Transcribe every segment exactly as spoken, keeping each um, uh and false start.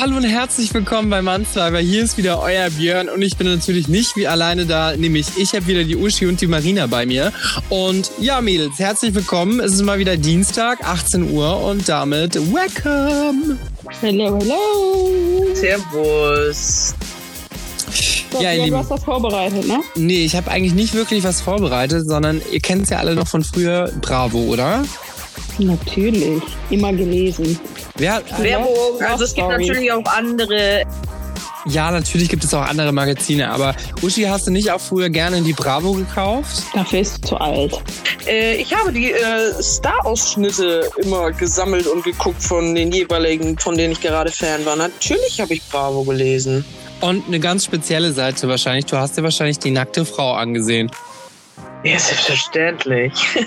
Hallo und herzlich willkommen bei Mannsweiber. Hier ist wieder euer Björn und ich bin natürlich nicht wie alleine da, nämlich ich habe wieder die Uschi und die Marina bei mir. Und ja, Mädels, herzlich willkommen. Es ist mal wieder Dienstag, achtzehn Uhr und damit welcome. Hello, hello. Servus. So, ja, ja, du hast was vorbereitet, ne? Nee, ich habe eigentlich nicht wirklich was vorbereitet, sondern ihr kennt es ja alle noch von früher, Bravo, oder? Natürlich, immer gelesen. Wer, Werbung, also es gibt natürlich auch andere. Ja, natürlich gibt es auch andere Magazine, aber Uschi, hast du nicht auch früher gerne die Bravo gekauft? Dafür ist du zu alt. Äh, ich habe die äh, Star-Ausschnitte immer gesammelt und geguckt von den jeweiligen, von denen ich gerade Fan war. Natürlich habe ich Bravo gelesen. Und eine ganz spezielle Seite wahrscheinlich. Du hast dir wahrscheinlich die nackte Frau angesehen. Ja, selbstverständlich.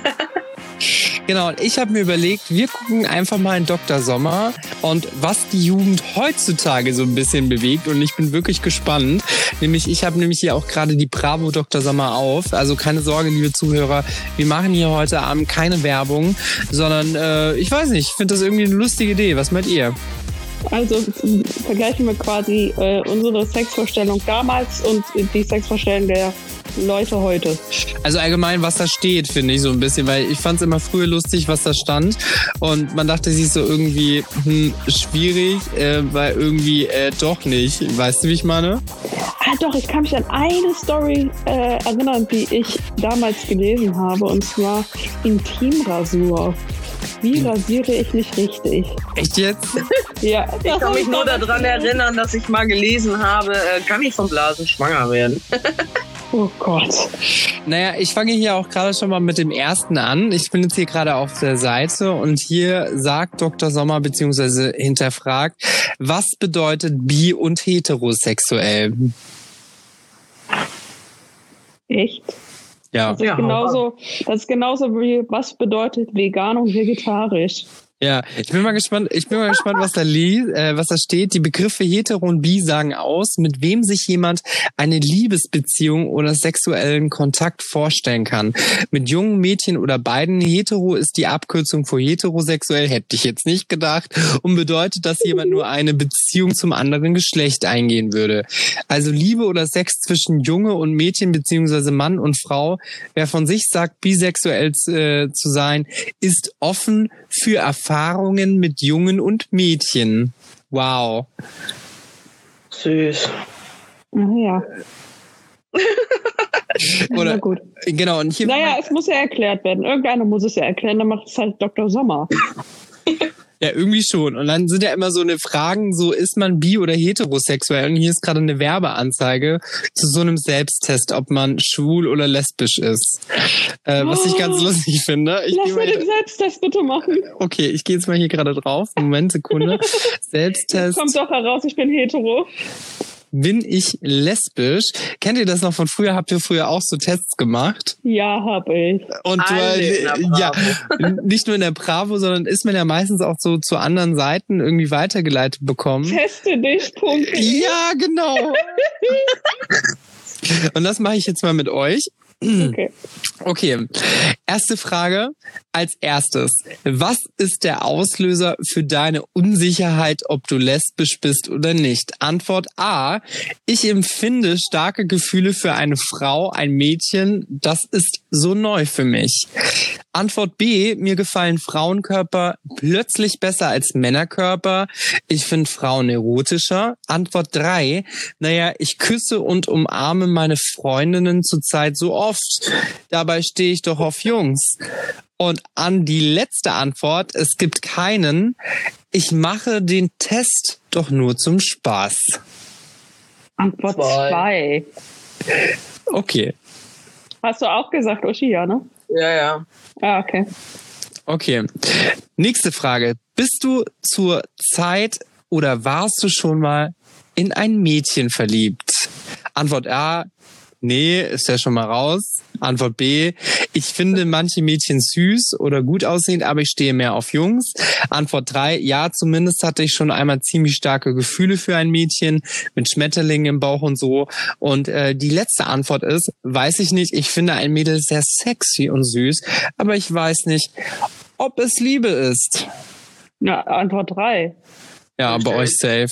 Genau, und ich habe mir überlegt, wir gucken einfach mal in Doktor Sommer und was die Jugend heutzutage so ein bisschen bewegt. Und ich bin wirklich gespannt. Nämlich, ich habe nämlich hier auch gerade die Bravo Doktor Sommer auf. Also keine Sorge, liebe Zuhörer, wir machen hier heute Abend keine Werbung, sondern äh, ich weiß nicht, ich finde das irgendwie eine lustige Idee. Was meint ihr? Also vergleichen wir quasi äh, unsere Sexvorstellung damals und die Sexvorstellung der Leute heute. Also allgemein, was da steht, finde ich so ein bisschen, weil ich fand es immer früher lustig, was da stand und man dachte sich so irgendwie hm, schwierig, äh, weil irgendwie äh, doch nicht. Weißt du, wie ich meine? Ah doch, ich kann mich an eine Story äh, erinnern, die ich damals gelesen habe, und zwar Intimrasur. Wie rasiere ich mich richtig? Echt jetzt? Ja. Ich kann mich nur daran erinnern, dass ich mal gelesen habe, äh, kann ich vom Blasen schwanger werden? Oh Gott. Naja, ich fange hier auch gerade schon mal mit dem ersten an. Ich bin jetzt hier gerade auf der Seite und hier sagt Doktor Sommer beziehungsweise hinterfragt, was bedeutet bi- und heterosexuell? Echt? Ja. Das ist, genauso, das ist genauso wie, was bedeutet vegan und vegetarisch? Ja, ich bin mal gespannt, ich bin mal gespannt, was da liest, äh, was da steht. Die Begriffe hetero und bi sagen aus, mit wem sich jemand eine Liebesbeziehung oder sexuellen Kontakt vorstellen kann. Mit jungen Mädchen oder beiden. Hetero ist die Abkürzung für heterosexuell, hätte ich jetzt nicht gedacht, und bedeutet, dass jemand nur eine Beziehung zum anderen Geschlecht eingehen würde. Also Liebe oder Sex zwischen Junge und Mädchen beziehungsweise Mann und Frau. Wer von sich sagt, bisexuell äh, zu sein, ist offen für Erfahrungen mit Jungen und Mädchen. Wow. Süß. Naja. Oder, na gut. Genau, und hier. Naja, es muss ja erklärt werden. Irgendeiner muss es ja erklären, dann macht es halt Doktor Sommer. Ja, irgendwie schon. Und dann sind ja immer so eine Fragen, so ist man bi- oder heterosexuell? Und hier ist gerade eine Werbeanzeige zu so einem Selbsttest, ob man schwul oder lesbisch ist. Äh, oh, was ich ganz lustig finde. Ich lass mir den Selbsttest bitte machen. Okay, ich gehe jetzt mal hier gerade drauf. Moment, Sekunde. Selbsttest. Kommt doch heraus, ich bin hetero. Bin ich lesbisch? Kennt ihr das noch von früher? Habt ihr früher auch so Tests gemacht? Ja, hab ich. Und äh, ja, nicht nur in der Bravo, sondern ist man ja meistens auch so zu anderen Seiten irgendwie weitergeleitet bekommen. Teste dich, Punkt. Ja, genau. Und das mache ich jetzt mal mit euch. Okay. Okay, erste Frage als erstes. Was ist der Auslöser für deine Unsicherheit, ob du lesbisch bist oder nicht? Antwort A. Ich empfinde starke Gefühle für eine Frau, ein Mädchen. Das ist so neu für mich. Antwort B. Mir gefallen Frauenkörper plötzlich besser als Männerkörper. Ich finde Frauen erotischer. Antwort drei. Naja, ich küsse und umarme meine Freundinnen zurzeit so oft. Dabei stehe ich doch auf Jungs. Und an die letzte Antwort, es gibt keinen. Ich mache den Test doch nur zum Spaß. Antwort zwei. Okay. Hast du auch gesagt, Uschi, ja, ne? Ja, ja. Ah, okay. Okay. Nächste Frage. Bist du zur Zeit oder warst du schon mal in ein Mädchen verliebt? Antwort A. Nee, ist ja schon mal raus. Antwort B. Ich finde manche Mädchen süß oder gut aussehend, aber ich stehe mehr auf Jungs. Antwort drei. Ja, zumindest hatte ich schon einmal ziemlich starke Gefühle für ein Mädchen mit Schmetterlingen im Bauch und so. Und äh, die letzte Antwort ist, weiß ich nicht. Ich finde ein Mädel sehr sexy und süß, aber ich weiß nicht, ob es Liebe ist. Ja, Antwort drei. Ja, bei euch safe.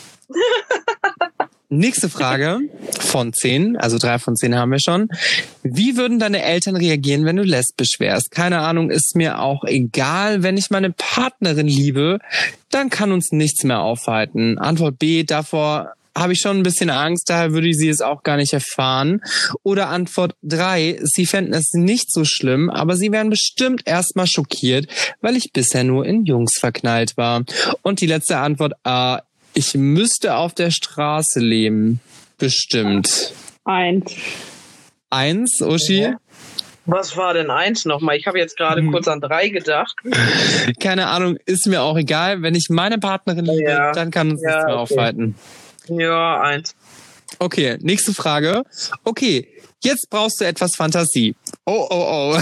Nächste Frage von zehn, also drei von zehn haben wir schon. Wie würden deine Eltern reagieren, wenn du lesbisch wärst? Keine Ahnung, ist mir auch egal. Wenn ich meine Partnerin liebe, dann kann uns nichts mehr aufhalten. Antwort B, davor habe ich schon ein bisschen Angst, daher würde sie es auch gar nicht erfahren. Oder Antwort drei, sie fänden es nicht so schlimm, aber sie wären bestimmt erstmal schockiert, weil ich bisher nur in Jungs verknallt war. Und die letzte Antwort A, ich müsste auf der Straße leben. Bestimmt. Eins. Eins, Uschi? Was war denn eins nochmal? Ich habe jetzt gerade hm. kurz an drei gedacht. Keine Ahnung, ist mir auch egal. Wenn ich meine Partnerin liebe, ja. dann kann uns ja, nichts mehr okay. aufhalten. Ja, eins. Okay, nächste Frage. Okay, jetzt brauchst du etwas Fantasie. Oh, oh, oh.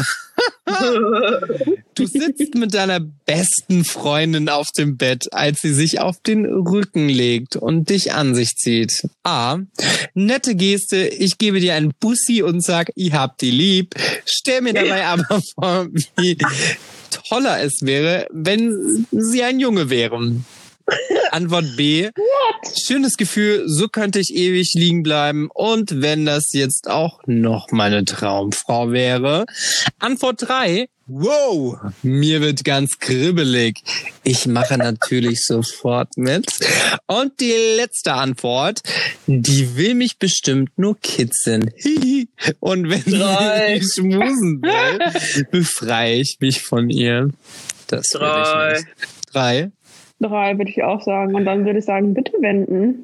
Du sitzt mit deiner besten Freundin auf dem Bett, als sie sich auf den Rücken legt und dich an sich zieht. A. Nette Geste, ich gebe dir einen Bussi und sag, ich hab die lieb. Stell mir dabei aber vor, wie toller es wäre, wenn sie ein Junge wären. Antwort B. What? Schönes Gefühl, so könnte ich ewig liegen bleiben. Und wenn das jetzt auch noch meine Traumfrau wäre. Antwort drei. Wow, mir wird ganz kribbelig. Ich mache natürlich sofort mit. Und die letzte Antwort. Die will mich bestimmt nur kitzeln. Und wenn Drei. sie mich schmusen will, befreie ich mich von ihr. Das Drei. will ich nicht. Drei. Drei würde ich auch sagen. Und dann würde ich sagen, bitte wenden.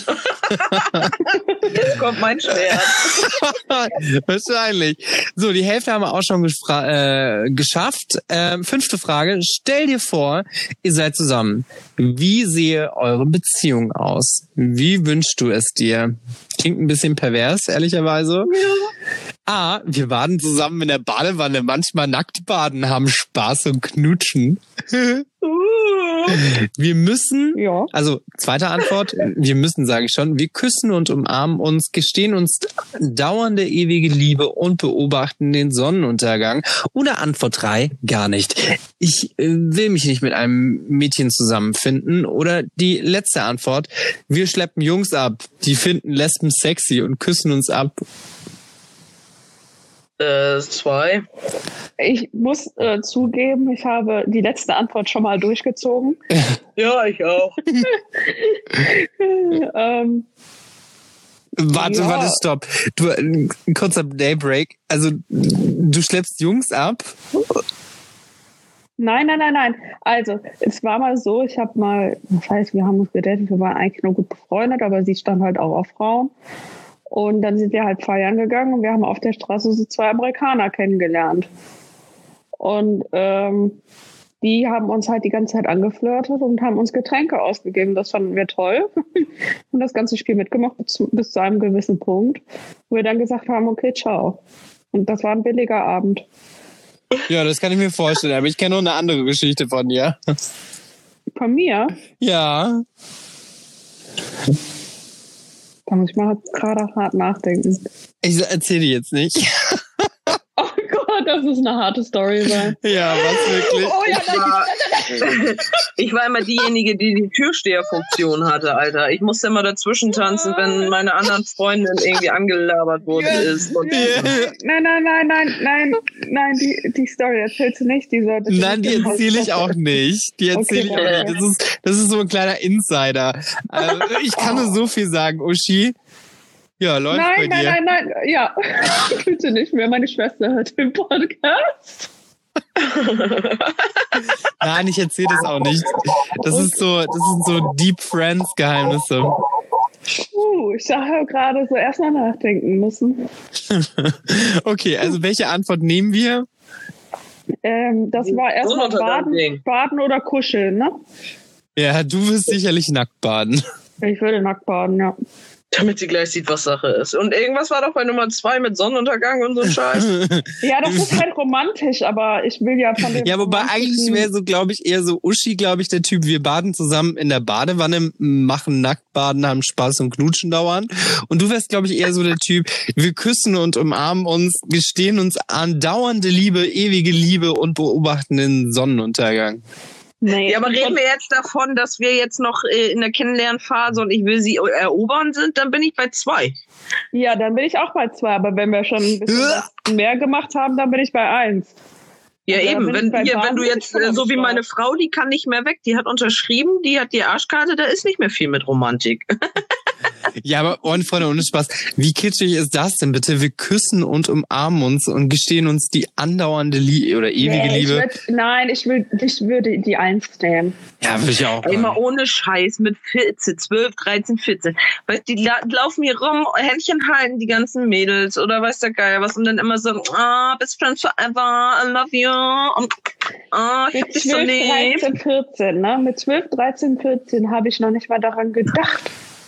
Jetzt kommt mein Schwert. Wahrscheinlich. So, die Hälfte haben wir auch schon äh, geschafft. Ähm, fünfte Frage. Stell dir vor, ihr seid zusammen. Wie sehe eure Beziehung aus? Wie wünschst du es dir? Klingt ein bisschen pervers, ehrlicherweise. Ja. A. Wir baden zusammen in der Badewanne. Manchmal nackt baden, haben Spaß und knutschen. Wir müssen, ja. also zweite Antwort, wir müssen, sage ich schon, wir küssen und umarmen uns, gestehen uns dauernde ewige Liebe und beobachten den Sonnenuntergang. Oder Antwort drei, gar nicht. Ich äh, will mich nicht mit einem Mädchen zusammenfinden. Oder die letzte Antwort, wir schleppen Jungs ab, die finden Lesben sexy und küssen uns ab. Äh, zwei. Ich muss äh, zugeben, ich habe die letzte Antwort schon mal durchgezogen. Ja, ich auch. ähm, warte, ja. warte, stopp. Du, ein kurzer Daybreak. Also, du schleppst Jungs ab? Nein, nein, nein, nein. Also, es war mal so, ich habe mal, das heißt, wir haben uns gedatet, wir waren eigentlich nur gut befreundet, aber sie stand halt auch auf Frauen. Und dann sind wir halt feiern gegangen und wir haben auf der Straße so zwei Amerikaner kennengelernt. Und ähm, die haben uns halt die ganze Zeit angeflirtet und haben uns Getränke ausgegeben. Das fanden wir toll. Und das ganze Spiel mitgemacht bis zu, bis zu einem gewissen Punkt, wo wir dann gesagt haben, okay, ciao. Und das war ein billiger Abend. Ja, das kann ich mir vorstellen. Aber ich kenne noch eine andere Geschichte von dir. Von mir? Ja. Da muss ich mal gerade hart nachdenken. Ich erzähle die jetzt nicht. Oh Gott, das ist eine harte Story sein. Ja, was wirklich? Oh, ja, ich, war, ich war immer diejenige, die die Türsteherfunktion hatte, Alter. Ich musste immer dazwischen tanzen, wenn meine anderen Freundin irgendwie angelabert worden ist. Und yeah. Nein, nein, nein, nein, nein, nein, die, die Story erzählst du nicht. Diese, die Nein, die erzähle ich auch nicht. Die erzähle okay, ich auch nicht. Das ist, das ist so ein kleiner Insider. Also, ich kann nur so viel sagen, Uschi. Ja, läuft nein, bei dir. Nein, nein, nein, ja. Bitte nicht mehr. Meine Schwester hört den Podcast. Nein, ich erzähle das auch nicht. Das ist so, das sind so Deep Friends Geheimnisse. Uh, ich habe gerade so erstmal nachdenken müssen. Okay, also welche Antwort nehmen wir? Ähm, das war erstmal baden, baden oder kuscheln, ne? Ja, du wirst sicherlich nackt baden. Ich würde nackt baden, ja. Damit sie gleich sieht, was Sache ist. Und irgendwas war doch bei Nummer zwei mit Sonnenuntergang und so ein Scheiß. Ja, das ist halt romantisch, aber ich will ja von dem... Ja, wobei eigentlich wäre so, glaube ich, eher so Uschi, glaube ich, der Typ, wir baden zusammen in der Badewanne, machen Nacktbaden, haben Spaß und knutschen dauernd. Und du wärst, glaube ich, eher so der Typ, wir küssen und umarmen uns, gestehen uns an dauernde Liebe, ewige Liebe und beobachten den Sonnenuntergang. Nee, Ja, aber reden wir jetzt davon, dass wir jetzt noch äh, in der Kennenlernphase und ich will sie erobern sind, dann bin ich bei zwei. Ja, dann bin ich auch bei zwei, aber wenn wir schon ein bisschen was mehr gemacht haben, dann bin ich bei eins. Ja, Also, eben, bin wenn, ich bei hier, wenn Baden du jetzt, bin ich äh, so wie schon meine Frau, die kann nicht mehr weg, die hat unterschrieben, die hat die Arschkarte, da ist nicht mehr viel mit Romantik. Ja, aber ohne Freunde, ohne Spaß. Wie kitschig ist das denn bitte? Wir küssen und umarmen uns und gestehen uns die andauernde Liebe oder ewige Nee, ich Liebe. würd, nein, ich, will, ich würde die eins nehmen. Ja, würde ich auch. Ey, mal machen. ohne Scheiß mit vierzehn, zwölf, dreizehn, vierzehn. Weißt du, die la- laufen hier rum, Händchen halten, die ganzen Mädels oder weiß der Geier was und dann immer so, ah, best friends forever, I love you und ah, ich hab Mit dich so zwölf, lieb. dreizehn, vierzehn, ne? Mit zwölf, dreizehn, vierzehn habe ich noch nicht mal daran gedacht.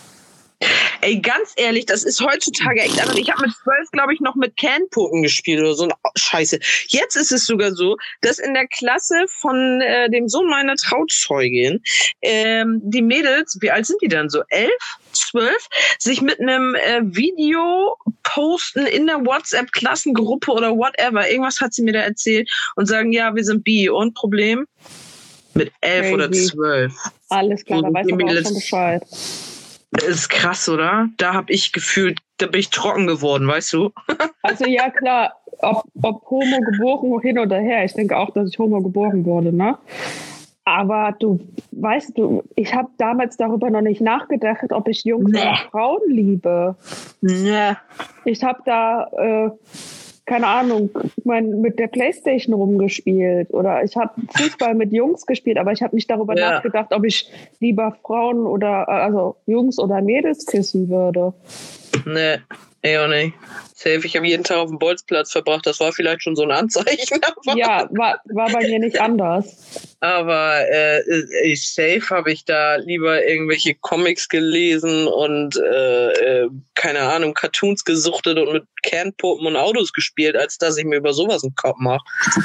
Ey, ganz ehrlich, das ist heutzutage echt anders. Ich habe mit zwölf, glaube ich, noch mit Can-Puppen gespielt oder so eine Scheiße. Jetzt ist es sogar so, dass in der Klasse von äh, dem Sohn meiner Trauzeugin ähm, die Mädels, wie alt sind die dann so? Elf? Zwölf? Sich mit einem äh, Video posten in der WhatsApp-Klassengruppe oder whatever. Irgendwas hat sie mir da erzählt und sagen, ja, wir sind bi. Und Problem? Mit elf Crazy. oder zwölf. Alles klar, da Und weiß die ich aber auch Mädels- schon Bescheid. Das ist krass, oder? Da hab ich gefühlt, da bin ich trocken geworden, weißt du? Also ja, klar, ob, ob Homo geboren, hin oder her. Ich denke auch, dass ich Homo geboren wurde, ne? Aber du, weißt du, ich habe damals darüber noch nicht nachgedacht, ob ich Jungs Nee. oder Frauen liebe. Ja. Ich habe da, äh, keine Ahnung, mein, mit der Playstation rumgespielt oder ich habe Fußball mit Jungs gespielt, aber ich habe nicht darüber Ja. nachgedacht, ob ich lieber Frauen oder, äh, also Jungs oder Mädels küssen würde. Nee, eh auch nicht. Safe, ich habe jeden Tag auf dem Bolzplatz verbracht, das war vielleicht schon so ein Anzeichen. Aber, Ja, war, war bei mir nicht anders. aber äh, ich, safe habe ich da lieber irgendwelche Comics gelesen und äh, äh, keine Ahnung, Cartoons gesuchtet und mit Kernpuppen und Autos gespielt, als dass ich mir über sowas einen Kopf mache.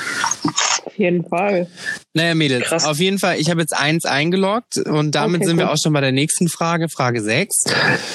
Auf jeden Fall. Naja, Mädels, Krass. auf jeden Fall, ich habe jetzt eins eingeloggt und damit Okay, sind wir gut. auch schon bei der nächsten Frage, Frage sechs.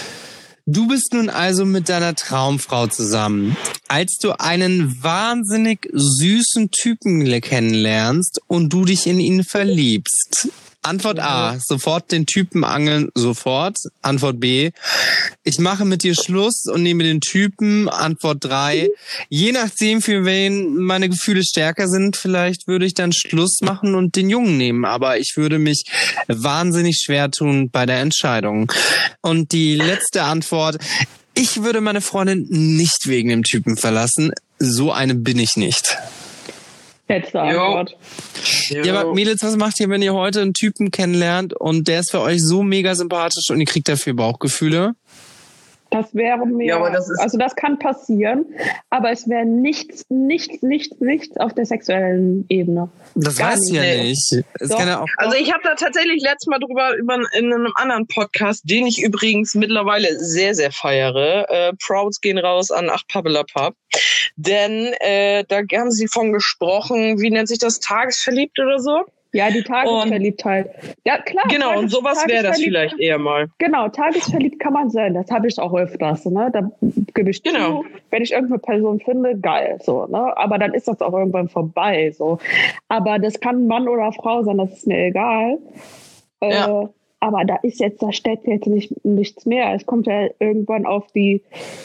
Du bist nun also mit deiner Traumfrau zusammen. Als du einen wahnsinnig süßen Typen kennenlernst und du dich in ihn verliebst. Antwort A, sofort den Typen angeln, sofort. Antwort B, ich mache mit dir Schluss und nehme den Typen. Antwort drei, je nachdem, für wen meine Gefühle stärker sind, vielleicht würde ich dann Schluss machen und den Jungen nehmen. Aber ich würde mich wahnsinnig schwer tun bei der Entscheidung. Und die letzte Antwort, ich würde meine Freundin nicht wegen dem Typen verlassen. So eine bin ich nicht. Letzte Jo. Antwort. Ja, aber Mädels, was macht ihr, wenn ihr heute einen Typen kennenlernt und der ist für euch so mega sympathisch und ihr kriegt dafür Bauchgefühle? Das wäre mir, Ja, aber das ist- also das kann passieren, aber es wäre nichts, nichts, nichts, nichts auf der sexuellen Ebene. Das Gar weiß ihr ja nicht. nicht. Es Doch. kann ja auch Also ich habe da tatsächlich letztes Mal drüber über in einem anderen Podcast, den ich übrigens mittlerweile sehr, sehr feiere. Äh, Prouds gehen raus an Ach Pappelapapp. Denn äh, da haben sie von gesprochen, wie nennt sich das, tagesverliebt oder so? Ja, die Tagesverliebtheit. Ja, klar. Genau, Tages- und sowas wäre das Tagesverliebt- vielleicht eher mal. Genau, tagesverliebt kann man sein. Das habe ich auch öfters. Ne? Da gebe ich Genau. zu, wenn ich irgendeine Person finde, geil. So, ne? Aber dann ist das auch irgendwann vorbei. So. Aber das kann Mann oder Frau sein, das ist mir egal. Äh, Ja. aber da ist jetzt, da steht jetzt nicht, nichts mehr. Es kommt ja irgendwann auf die,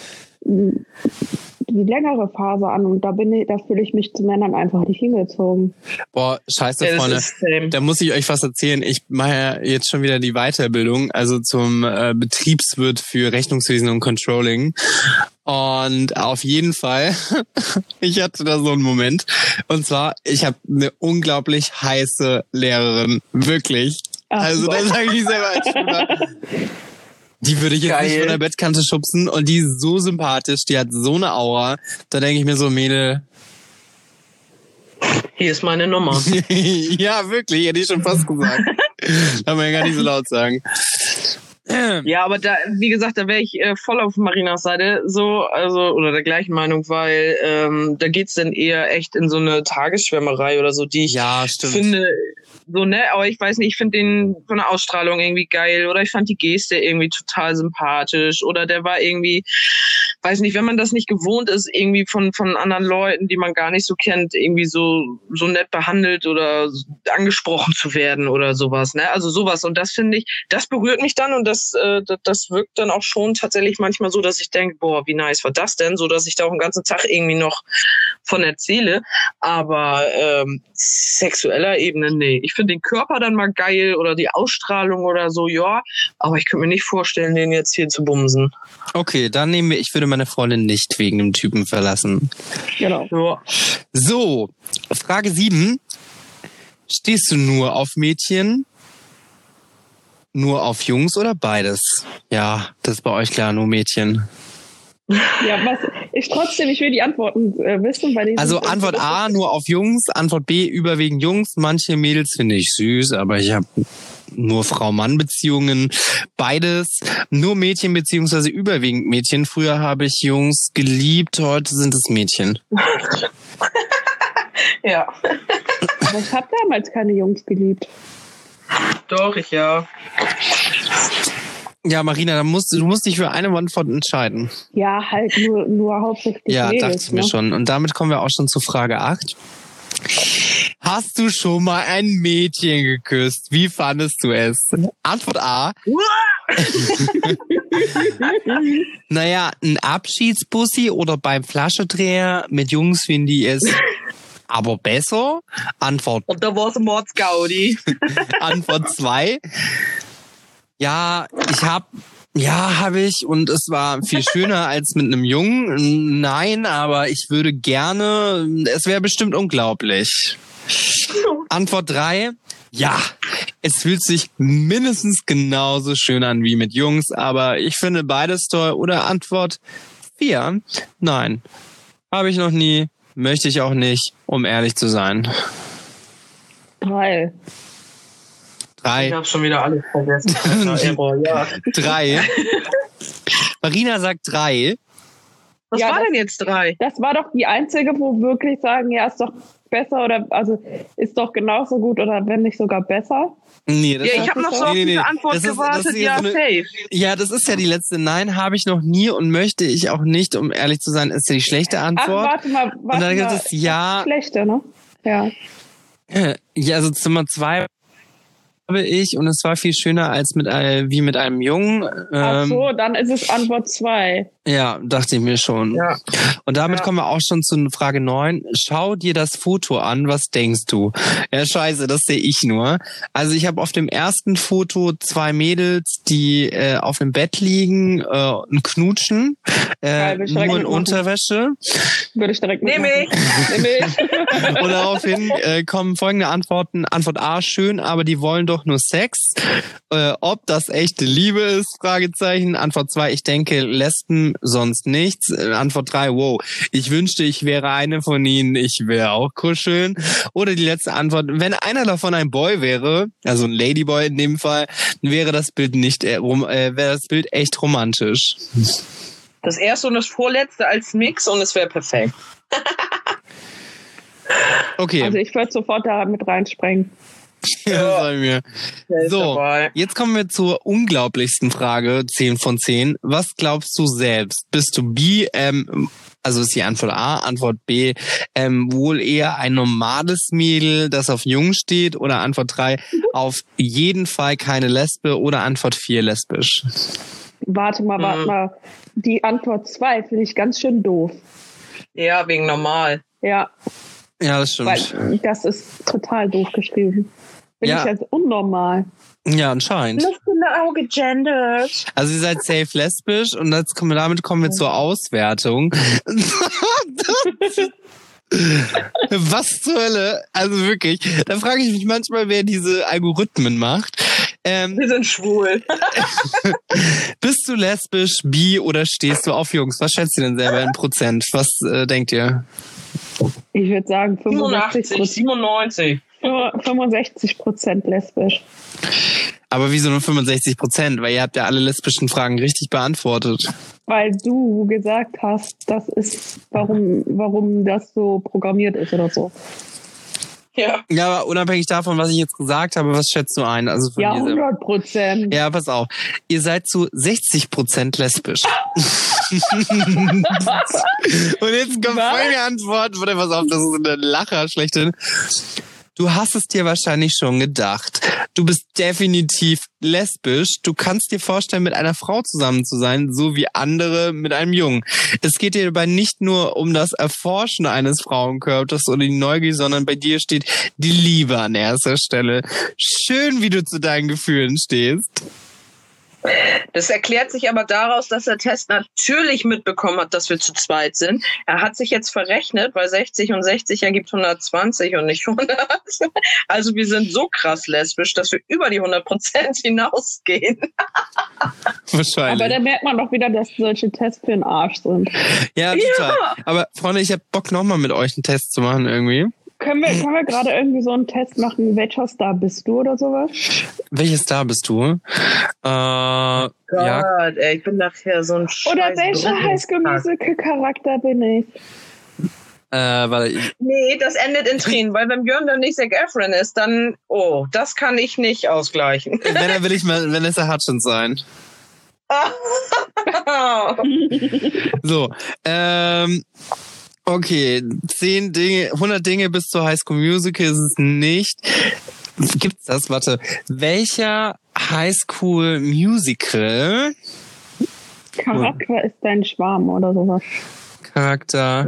die längere Phase an und da bin ich, da fühle ich mich zu Männern einfach nicht hingezogen. Boah, scheiße, Ja, das Freunde. ist, ähm, Da muss ich euch was erzählen. Ich mache ja jetzt schon wieder die Weiterbildung, also zum äh, Betriebswirt für Rechnungswesen und Controlling. Und auf jeden Fall, ich hatte da so einen Moment. Und zwar, ich habe eine unglaublich heiße Lehrerin. Wirklich. Ach, Also da sage ich selber als Schüler. Die würde ich jetzt Geil. nicht von der Bettkante schubsen. Und die ist so sympathisch, die hat so eine Aura. Da denke ich mir so, Mädel, hier ist meine Nummer. ja, wirklich, hätte ich schon fast gesagt. Kann man ja gar nicht so laut sagen. Ja, aber da, wie gesagt, da wäre ich äh, voll auf Marinas Seite, so, also, oder der gleichen Meinung, weil ähm, da geht's dann eher echt in so eine Tagesschwärmerei oder so, die ich Ja, stimmt. finde, so, ne, aber ich weiß nicht, ich finde den von der Ausstrahlung irgendwie geil oder ich fand die Geste irgendwie total sympathisch oder der war irgendwie, weiß nicht, wenn man das nicht gewohnt ist, irgendwie von von anderen Leuten, die man gar nicht so kennt, irgendwie so so nett behandelt oder angesprochen zu werden oder sowas, ne, also sowas und das finde ich, das berührt mich dann und das äh, das wirkt dann auch schon tatsächlich manchmal so, dass ich denke, boah, wie nice war das denn, so dass ich da auch einen ganzen Tag irgendwie noch von erzähle, aber ähm, sexueller Ebene, nee. Ich finde den Körper dann mal geil oder die Ausstrahlung oder so, ja. Aber ich könnte mir nicht vorstellen, den jetzt hier zu bumsen. Okay, dann nehmen wir, ich würde meine Freundin nicht wegen dem Typen verlassen. Genau. Ja. So, Frage sieben. Stehst du nur auf Mädchen, nur auf Jungs oder beides? Ja, das ist bei euch klar, nur Mädchen. Ja, was ich trotzdem, ich will die Antworten äh, wissen, weil die Also sind- Antwort A, nur auf Jungs, Antwort B, überwiegend Jungs. Manche Mädels finde ich süß, aber ich habe nur Frau-Mann-Beziehungen. Beides, nur Mädchen beziehungsweise überwiegend Mädchen. Früher habe ich Jungs geliebt, heute sind es Mädchen. Ja. Aber ich habe damals keine Jungs geliebt. Doch, ich ja. Ja, Marina, dann musst, du musst dich für eine Antwort entscheiden. Ja, halt nur, nur hauptsächlich Ja, Mädels, dachte ich mir ne? schon. Und damit kommen wir auch schon zu Frage acht. Hast du schon mal ein Mädchen geküsst? Wie fandest du es? Antwort A. Naja, ein Abschiedsbussi oder beim Flaschendreher mit Jungs finde ich es aber besser. Antwort, Und da war's ein Mordsgaudi. Antwort zwei. Ja, ich hab, ja, habe ich und es war viel schöner als mit einem Jungen. Nein, aber ich würde gerne, es wäre bestimmt unglaublich. Antwort drei. Ja, es fühlt sich mindestens genauso schön an wie mit Jungs, aber ich finde beides toll. Oder Antwort vier. Nein, habe ich noch nie, möchte ich auch nicht, um ehrlich zu sein. Drei. Drei. Ich habe schon wieder alles vergessen. Alter, ja. Drei. Marina sagt drei. Was Ja, war das- denn jetzt drei? Das war doch die einzige, wo wirklich sagen, ja, ist doch besser oder also ist doch genauso gut oder wenn nicht sogar besser. Nee, das Ja, ist- ich habe noch so Nee, auf nee, nee. diese Antwort Das ist- das gewartet. ist hier Ja, so eine- safe. Ja, das ist ja die letzte. Nein, habe ich noch nie und möchte ich auch nicht, um ehrlich zu sein, ist ja die schlechte Ach, Antwort. warte mal, warte und dann gibt mal. es ja, Schlechte, ne? Ja. ja, also Zimmer zwei habe ich und es war viel schöner als mit äh, wie mit einem Jungen. Ach Ähm, so, dann ist es Antwort zwei. Ja, dachte ich mir schon. Ja. Und damit Ja. kommen wir auch schon zu Frage neun. Schau dir das Foto an, was denkst du? Ja, scheiße, das sehe ich nur. Also ich habe auf dem ersten Foto zwei Mädels, die äh, auf dem Bett liegen äh, und knutschen, äh, Geil, will ich direkt nur in mitmachen. Unterwäsche. Würde ich direkt Nehm mitmachen. Nehm ich. Und daraufhin äh, kommen folgende Antworten. Antwort A, schön, aber die wollen doch nur Sex. Äh, ob das echte Liebe ist? Fragezeichen. Antwort zwei, ich denke, Lesben sonst nichts. Äh, Antwort drei, wow, ich wünschte, ich wäre eine von ihnen. Ich wäre auch kuscheln. Oder die letzte Antwort, wenn einer davon ein Boy wäre, also ein Ladyboy in dem Fall, wäre das Bild nicht, äh, rom, äh, wäre das Bild echt romantisch. Das erste und das vorletzte als Mix und es wäre perfekt. Okay, Also ich würde sofort da mit reinspringen. ja. Sei mir. Der ist So, dabei. jetzt kommen wir zur unglaublichsten Frage, zehn von zehn. Was glaubst du selbst? Bist du bi, ähm, also ist die Antwort A, Antwort B, ähm, wohl eher ein normales Mädel, das auf Jung steht, oder Antwort drei, auf jeden Fall keine Lesbe, oder Antwort vier, lesbisch? Warte mal, warte Mhm. mal. Die Antwort zwei finde ich ganz schön doof. Ja, wegen normal. Ja, Ja, das stimmt. weil das ist total doof geschrieben. Bin Ja. ich jetzt unnormal. Ja, anscheinend. Genau gegendert. Also ihr seid safe lesbisch und jetzt kommen wir, damit kommen wir zur Auswertung. Was zur Hölle? Also wirklich, da frage ich mich manchmal, wer diese Algorithmen macht. Ähm, Wir sind schwul. bist du lesbisch, bi oder stehst du auf Jungs? Was schätzt ihr denn selber in Prozent? Was äh, denkt ihr? Ich würde sagen fünfundachtzig fünfundachtzig, Prozent. siebenundneunzig. fünfundsechzig Prozent lesbisch. Aber wieso nur fünfundsechzig Prozent? Weil ihr habt ja alle lesbischen Fragen richtig beantwortet. Weil du gesagt hast, das ist, warum, warum das so programmiert ist oder so. Ja. Ja, aber unabhängig davon, was ich jetzt gesagt habe, was schätzt du ein? Also von Ja, dir selber. hundert Prozent. Ja, pass auf. Ihr seid zu sechzig Prozent lesbisch. Und jetzt kommt Was? folgende Antwort. Warte, pass auf, das ist eine Lacher schlechthin. Du hast es dir wahrscheinlich schon gedacht. Du bist definitiv lesbisch. Du kannst dir vorstellen, mit einer Frau zusammen zu sein, so wie andere mit einem Jungen. Es geht dir dabei nicht nur um das Erforschen eines Frauenkörpers oder die Neugier, sondern bei dir steht die Liebe an erster Stelle. Schön, wie du zu deinen Gefühlen stehst. Das erklärt sich aber daraus, dass der Test natürlich mitbekommen hat, dass wir zu zweit sind. Er hat sich jetzt verrechnet, weil sechzig und sechzig ergibt hundertzwanzig und nicht hundert. Also wir sind so krass lesbisch, dass wir über die hundert Prozent hinausgehen. Wahrscheinlich. Aber da merkt man doch wieder, dass solche Tests für den Arsch sind. Ja, total. Ja. Aber Freunde, ich habe Bock, nochmal mit euch einen Test zu machen irgendwie. Können wir, können wir gerade irgendwie so einen Test machen, welcher Star bist du oder sowas? Welcher Star bist du? Äh, Gott, ja. ey, ich bin nachher so ein Scheiß. Oder welcher Highschool-Musical-Charakter bin ich? Äh, warte, ich Nee, das endet in Tränen, weil wenn Björn dann nicht Zac Efron ist, dann, oh, das kann ich nicht ausgleichen. Wenn er will ich mal Vanessa Hudgens sein. So, ähm, okay, zehn Dinge, hundert Dinge bis zur High School Musical ist es nicht. Gibt's das? Warte. Welcher High School Musical Charakter ist dein Schwarm oder sowas. Charakter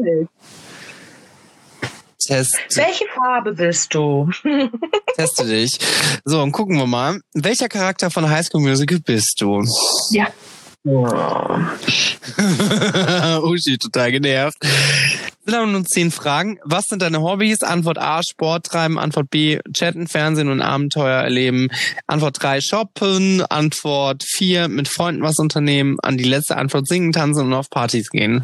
Test. Welche Farbe bist du? Teste dich. So, und gucken wir mal. Welcher Charakter von High School Musical bist du? Ja. Wow. Uschi, total genervt. Wir haben nun zehn Fragen. Was sind deine Hobbys? Antwort A, Sport treiben. Antwort B, chatten, Fernsehen und Abenteuer erleben. Antwort drei, shoppen. Antwort vier, mit Freunden was unternehmen. An die letzte Antwort singen, tanzen und auf Partys gehen.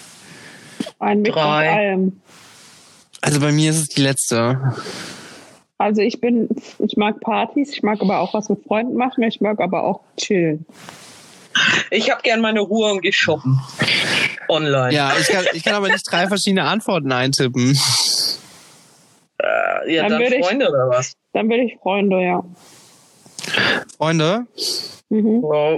Ein Mix aus Drei. allem. Also bei mir ist es die letzte. Also ich bin, ich mag Partys, ich mag aber auch was mit Freunden machen, ich mag aber auch chillen. Ich habe gern meine Ruhe und geh shoppen. Online. Ja, ich kann, ich kann aber nicht drei verschiedene Antworten eintippen. Äh, ja, Dann dann, würde ich- Freunde oder was? Dann will ich Freunde, ja. Freunde? Mhm. Wow.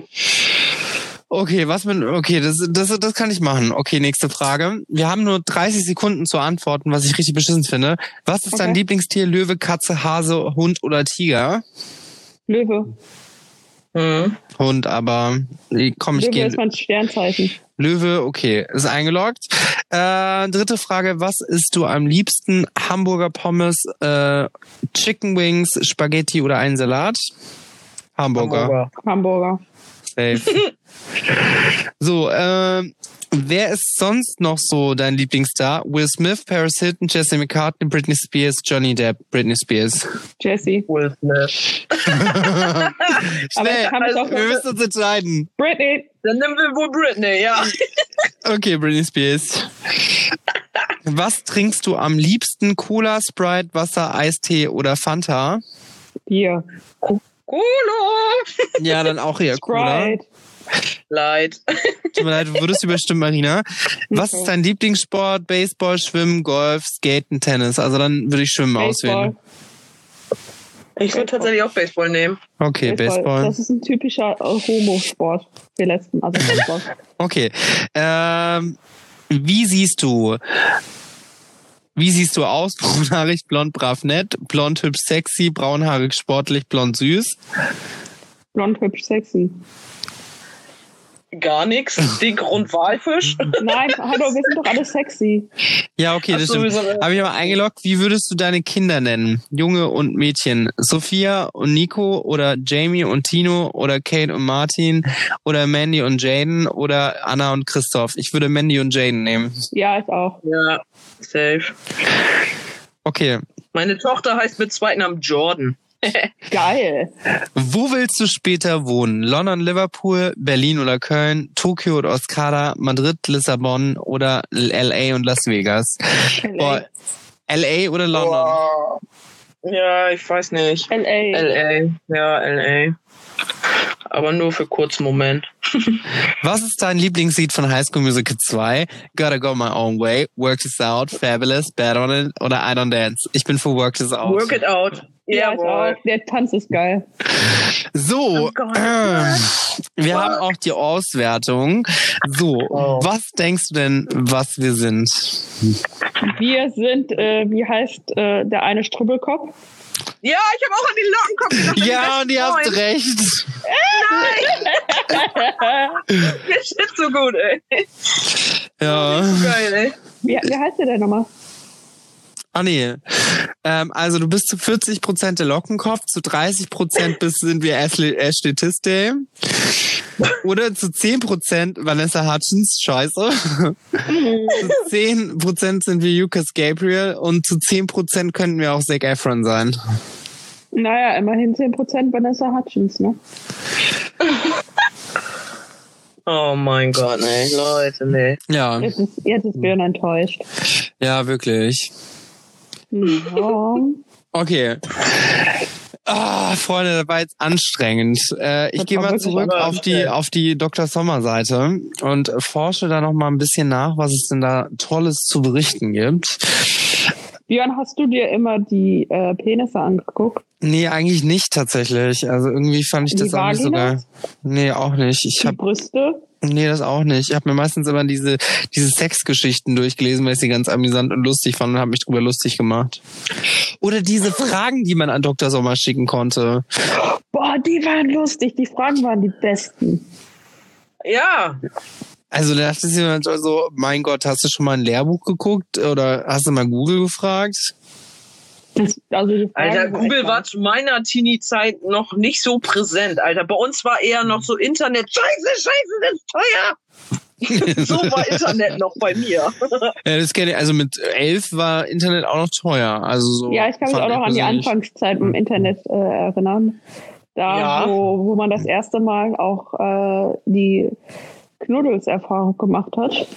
Okay, was mit, okay, das, das, das kann ich machen. Okay, nächste Frage. Wir haben nur dreißig Sekunden zu antworten, was ich richtig beschissen finde. Was ist dein Okay. Lieblingstier? Löwe, Katze, Hase, Hund oder Tiger? Löwe. Mhm. Hund, aber komm, ich Löwe gehe. ist mein Sternzeichen. Löwe, okay, ist eingeloggt. Äh, dritte Frage, was isst du am liebsten? Hamburger Pommes, äh, Chicken Wings, Spaghetti oder einen Salat? Hamburger. Hamburger. Hamburger. Safe. So, ähm, wer ist sonst noch so dein Lieblingsstar? Will Smith, Paris Hilton, Jesse McCartney, Britney Spears, Johnny Depp, Britney Spears. Jessie. Will Smith. Aber Schnell, ich kann mich auch wir müssen uns entscheiden. Britney. Dann nehmen wir wohl Britney, ja. Okay, Britney Spears. Was trinkst du am liebsten? Cola, Sprite, Wasser, Eistee oder Fanta? Hier. Cola. Ja, dann auch hier Cola. Sprite. Leid. Tut mir leid, du würdest überstimmen, Marina. Was Okay. ist dein Lieblingssport? Baseball, Schwimmen, Golf, Skaten, Tennis? Also dann würde ich Schwimmen Baseball. auswählen. Ich würde tatsächlich auch Baseball nehmen. Okay, Baseball. Das ist ein typischer äh, Homo-Sport. Wir letzten, also Baseball. Okay. Ähm, wie siehst du? Wie siehst du aus? Braunhaarig, blond, brav, nett. Blond, hübsch, sexy. Braunhaarig, sportlich, blond, süß. Blond, hübsch, sexy. Gar nichts. Dick, rund, Walfisch. Nein, hallo, wir sind doch alle sexy. Ja, okay, das Ach so, stimmt. wir sind- Habe ich mal eingeloggt. Wie würdest du deine Kinder nennen? Junge und Mädchen. Sophia und Nico oder Jamie und Tino oder Kate und Martin oder Mandy und Jaden oder Anna und Christoph. Ich würde Mandy und Jaden nehmen. Ja, ich auch. Ja, safe. Okay. Meine Tochter heißt mit Zweitnamen Jordan. Geil. Wo willst du später wohnen? London, Liverpool, Berlin oder Köln, Tokio oder Osaka, Madrid, Lissabon oder L A und Las Vegas? Boah, L A oder London? Wow. Ja, ich weiß nicht. L A. L A. Ja, L A. Aber nur für kurzen Moment. Was ist dein Lieblingslied von High School Musical zwei? Gotta Go My Own Way, Work This Out, Fabulous, Bad On It oder I Don't Dance? Ich bin für Work This Out. Work It Out. Ja, ich auch. Der Tanz ist geil. So, äh, wir haben auch die Auswertung. So, Oh. was denkst du denn, was wir sind? Wir sind, äh, wie heißt äh, der eine Strubbelkopf? Ja, ich habe auch an den Lockenkopf gedacht. Ja, und ihr habt recht. Der shit so gut, ey. Ja. Geil, ey. Wie, wie heißt der denn nochmal? Ah nee. Ähm, also du bist zu vierzig Prozent der Lockenkopf, zu dreißig Prozent bist, sind wir Ashley, Ashley Tisdale. Oder zu zehn Prozent Vanessa Hudgens, scheiße. Zu zehn Prozent sind wir Lucas Gabriel und zu zehn Prozent könnten wir auch Zac Efron sein. Naja, immerhin zehn Prozent Vanessa Hudgens, ne? Oh mein Gott, ey, Leute, nee. Ja, Jetzt ist, jetzt ist Björn enttäuscht. ja, wirklich. Ja. Okay. Ah, Freunde, das war jetzt anstrengend. Äh, ich Das gehe war mal wirklich zurück auf die anstrengend. auf die Doktor Sommer Seite und forsche da noch mal ein bisschen nach, was es denn da Tolles zu berichten gibt. Björn, hast du dir immer die äh, Penisse angeguckt? Nee, eigentlich nicht tatsächlich. Also irgendwie fand ich Die das auch nicht so geil. Vaginas? Nee, auch nicht. Ich Die hab Brüste? nee, das auch nicht. Ich habe mir meistens immer diese diese Sexgeschichten durchgelesen, weil ich sie ganz amüsant und lustig fand und habe mich drüber lustig gemacht. Oder diese Fragen, die man an Doktor Sommer schicken konnte. Boah, die waren lustig. Die Fragen waren die besten. Ja, Also da dachte ich mir manchmal so, mein Gott, hast du schon mal ein Lehrbuch geguckt oder hast du mal Google gefragt? Das, also die Fragen Alter, waren Google echt war zu meiner Teenie-Zeit noch nicht so präsent, Alter. Bei uns war eher noch so Internet. Scheiße, scheiße, das ist teuer. So war Internet noch bei mir. Ja, das kenne ich. Also mit elf war Internet auch noch teuer. Also so. Ja, ich kann mich fand auch noch an die persönlich. Anfangszeit im Internet äh, erinnern. Da, Ja. wo, wo man das erste Mal auch äh, die Knuddels-Erfahrung gemacht hat.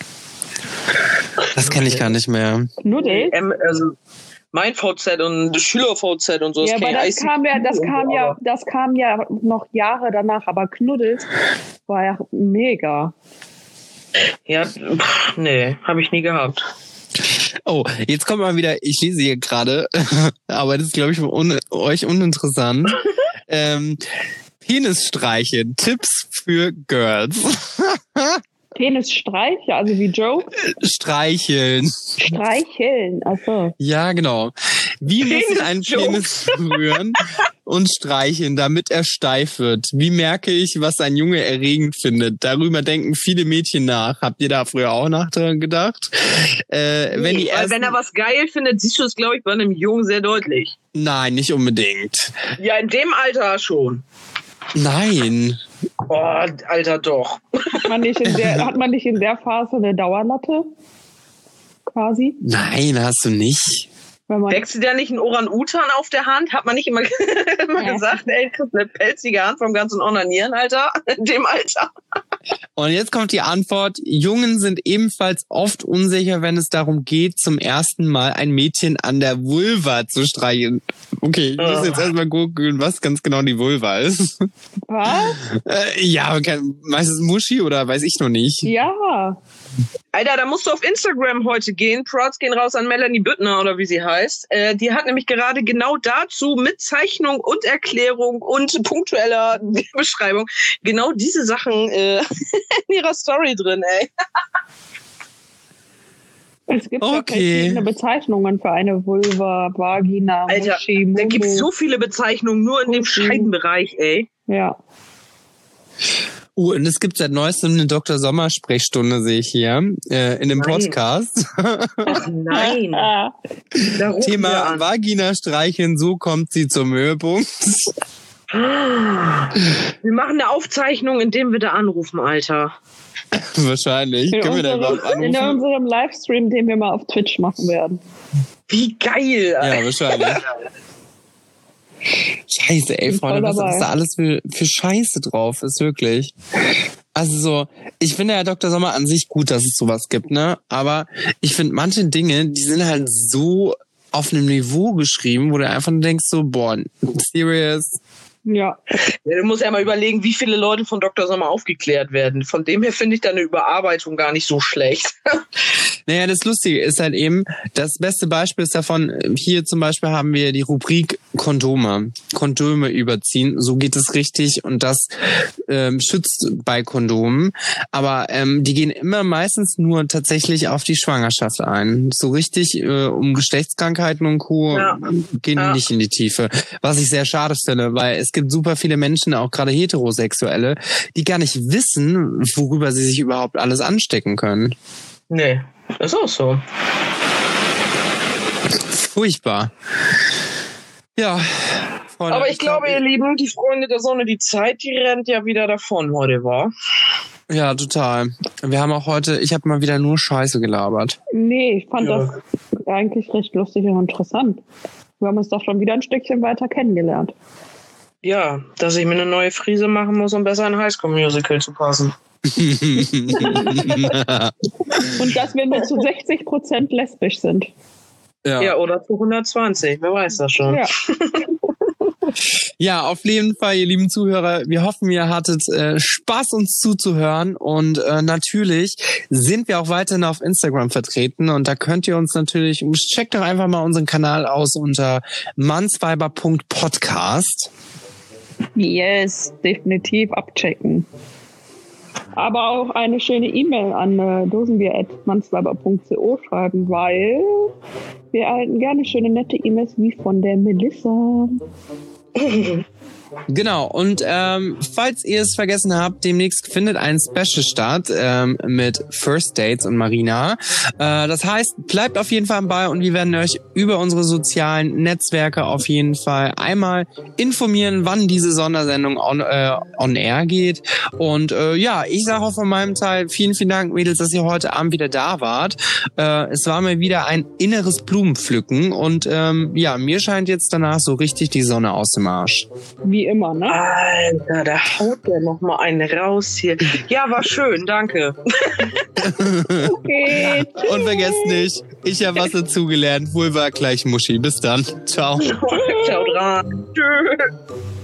Das kenne ich gar nicht mehr. Knuddels? Ähm, also mein V Z und Schüler-V Z und so. Ja, aber kenn das ich kam ja, das I C Q kam und so, ja, aber- das kam ja noch Jahre danach, aber Knuddels war ja mega. Ja, pff, nee, habe ich nie gehabt. Oh, jetzt kommt mal wieder, ich lese hier gerade, aber das ist, glaube ich, für un euch uninteressant. ähm, Penisstreiche, Tipps für Girls. Penisstreiche, also wie Joe. Streicheln. Streicheln, achso. Ja, genau. Wie muss ich einen Penis-Jokes. Penis berühren und streicheln, damit er steif wird? Wie merke ich, was ein Junge erregend findet? Darüber denken viele Mädchen nach. Habt ihr da früher auch nachgedacht? Äh, wenn die Weil ersten... wenn er was geil findet, siehst du es, glaube ich, bei einem Jungen sehr deutlich. Nein, nicht unbedingt. Ja, in dem Alter schon. Nein. Oh, Alter, doch. Hat man nicht in der, hat man nicht in der Phase eine Dauerlatte? Quasi? Nein, hast du nicht. Wenn man, Wächst dir da nicht ein Orang-Utan auf der Hand? Hat man nicht immer, immer Ja. gesagt, ey, kriegst eine pelzige Hand vom ganzen Onanieren, Alter? In dem Alter. Und jetzt kommt die Antwort. Jungen sind ebenfalls oft unsicher, wenn es darum geht, zum ersten Mal ein Mädchen an der Vulva zu streicheln. Okay, ich muss Oh. jetzt erstmal googeln, was ganz genau die Vulva ist. was? Äh, ja, kein- meistens Muschi oder weiß ich noch nicht. Ja. Alter, da musst du auf Instagram heute gehen. Prods gehen raus an Melanie Büttner oder wie sie heißt. Äh, die hat nämlich gerade genau dazu mit Zeichnung und Erklärung und punktueller Beschreibung genau diese Sachen äh, in ihrer Story drin, ey. Es gibt ja Okay. verschiedene Bezeichnungen für eine Vulva, Vagina, Alter, Muschi, Da gibt's Mumu. so viele Bezeichnungen nur in dem Pussy. Scheidenbereich, ey. Ja. Uh, und es gibt seit neuestem eine Doktor Sommer Sprechstunde, sehe ich hier, äh, in dem Nein. Podcast. Ach nein. Ah, Da rufen wir Thema an. Vagina streicheln, so kommt sie zum Höhepunkt. Wir machen eine Aufzeichnung, indem wir da anrufen, Alter. Wahrscheinlich. in, Können wir da überhaupt unserem, in anrufen? unserem Livestream, den wir mal auf Twitch machen werden. Wie geil, Alter. Ja, wahrscheinlich. Scheiße, ey, Bin Freunde, voll was dabei. ist da alles für, für Scheiße drauf ist, wirklich. Also so, ich finde ja Doktor Sommer an sich gut, dass es sowas gibt, ne? Aber ich finde manche Dinge, die sind halt so auf einem Niveau geschrieben, wo du einfach nur denkst so, boah, serious. Ja. Ja, du musst ja mal überlegen, wie viele Leute von Doktor Sommer aufgeklärt werden. Von dem her finde ich deine Überarbeitung gar nicht so schlecht. Naja, das Lustige ist halt eben, das beste Beispiel ist davon, hier zum Beispiel haben wir die Rubrik Kondome. Kondome überziehen, so geht es richtig und das ähm, schützt bei Kondomen. Aber ähm, die gehen immer meistens nur tatsächlich auf die Schwangerschaft ein. So richtig äh, um Geschlechtskrankheiten und Co. Ja. gehen Ja. nicht in die Tiefe. Was ich sehr schade finde, weil es gibt super viele Menschen, auch gerade Heterosexuelle, die gar nicht wissen, worüber sie sich überhaupt alles anstecken können. Nee, ist auch so. Furchtbar. Ja. Freunde, Aber ich glaube, ihr Lieben, die Freunde der Sonne, die Zeit, die rennt ja wieder davon heute, war. Ja, total. Wir haben auch heute, ich habe mal wieder nur Scheiße gelabert. Nee, ich fand Ja. das eigentlich recht lustig und interessant. Wir haben uns doch schon wieder ein Stückchen weiter kennengelernt. Ja, dass ich mir eine neue Frise machen muss, um besser in Highschool-Musical zu passen. Und dass wir nur zu sechzig Prozent lesbisch sind. Ja. Ja, oder zu hundertzwanzig, wer weiß das schon. Ja. Ja, auf jeden Fall, ihr lieben Zuhörer, wir hoffen, ihr hattet äh, Spaß, uns zuzuhören und äh, natürlich sind wir auch weiterhin auf Instagram vertreten und da könnt ihr uns natürlich, checkt doch einfach mal unseren Kanal aus unter mannsweiber punkt podcast. Yes, definitiv abchecken. Aber auch eine schöne E-Mail an äh, dosenbier at mannsweiber punkt co schreiben, weil wir erhalten gerne schöne, nette E-Mails wie von der Melissa. Genau, und ähm, falls ihr es vergessen habt, demnächst findet ein Special statt ähm, mit First Dates und Marina. Äh, das heißt, bleibt auf jeden Fall am Ball und wir werden euch über unsere sozialen Netzwerke auf jeden Fall einmal informieren, wann diese Sondersendung on, äh, on air geht. Und äh, ja, ich sage auch von meinem Teil vielen, vielen Dank, Mädels, dass ihr heute Abend wieder da wart. Äh, es war mir wieder ein inneres Blumenpflücken und ähm, ja, mir scheint jetzt danach so richtig die Sonne aus dem Arsch. Wie immer, ne? Alter, da haut der noch mal einen raus hier. Ja, war schön, danke. Okay. Und vergesst nicht, ich habe was dazugelernt. Vulva gleich Muschi. Bis dann. Ciao. Ciao dran. Tschüss.